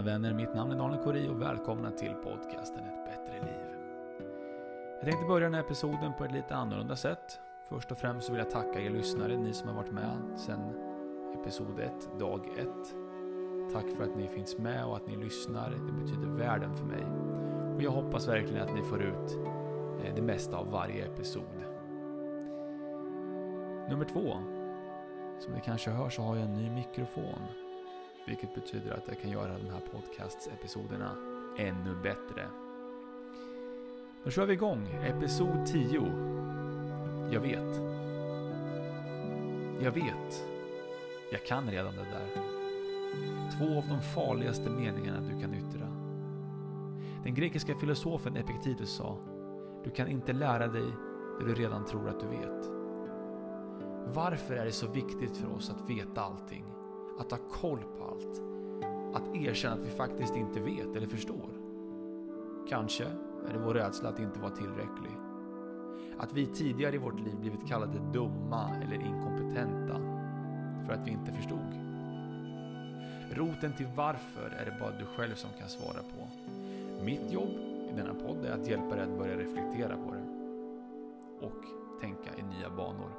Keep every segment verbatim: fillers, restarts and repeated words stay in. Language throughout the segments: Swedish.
vänner, mitt namn är Daniel Kori och välkomna till podcasten Ett bättre liv. Jag tänkte börja den här episoden på ett lite annorlunda sätt. Först och främst så vill jag tacka er lyssnare, ni som har varit med sedan episod ett, dag ett. Tack för att ni finns med och att ni lyssnar, det betyder världen för mig. Och jag hoppas verkligen att ni får ut det mesta av varje episod. Nummer två. Som ni kanske hör så har jag en ny mikrofon. Vilket betyder att jag kan göra de här podcast-episoderna ännu bättre. Då kör vi igång. Episod tio. Jag vet. Jag vet. Jag kan redan det där. Två av de farligaste meningarna du kan yttra. Den grekiska filosofen Epiktetus sa: du kan inte lära dig det du redan tror att du vet. Varför är det så viktigt för oss att veta allting? Att ha koll på allt? Att erkänna att vi faktiskt inte vet eller förstår? Kanske är det vår rädsla att inte vara tillräcklig. Att vi tidigare i vårt liv blivit kallade dumma eller inkompetenta för att vi inte förstod. Roten till varför är det bara du själv som kan svara på. Mitt jobb i denna podd är att hjälpa dig att börja reflektera på det och tänka i nya banor.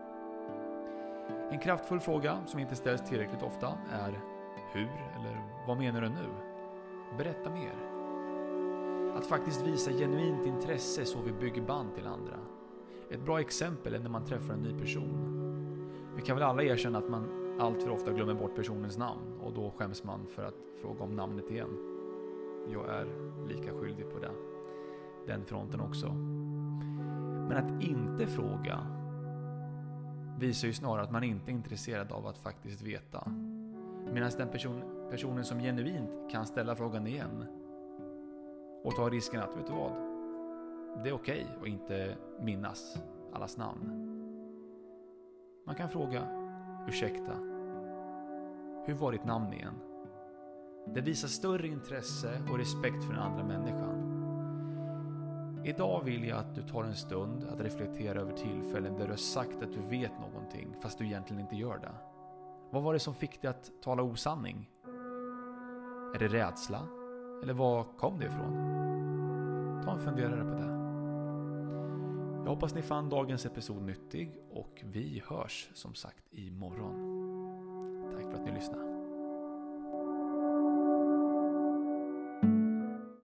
En kraftfull fråga som inte ställs tillräckligt ofta är: hur eller vad menar du nu? Berätta mer. Att faktiskt visa genuint intresse så vi bygger band till andra. Ett bra exempel är när man träffar en ny person. Vi kan väl alla erkänna att man allt för ofta glömmer bort personens namn och då skäms man för att fråga om namnet igen. Jag är lika skyldig på det. Den fronten också. Men att inte fråga visar ju snarare att man inte är intresserad av att faktiskt veta. Medan den person, personen som genuint kan ställa frågan igen och ta risken att, vet du vad, det är okej att inte minnas allas namn. Man kan fråga: ursäkta, hur var ditt namn igen? Det visar större intresse och respekt för den andra människan. Idag vill jag att du tar en stund att reflektera över tillfällen där du har sagt att du vet någonting fast du egentligen inte gör det. Vad var det som fick dig att tala osanning? Är det rädsla? Eller var kom det ifrån? Ta en funderare på det. Jag hoppas ni fann dagens episod nyttig och vi hörs som sagt imorgon. Tack för att ni lyssnade.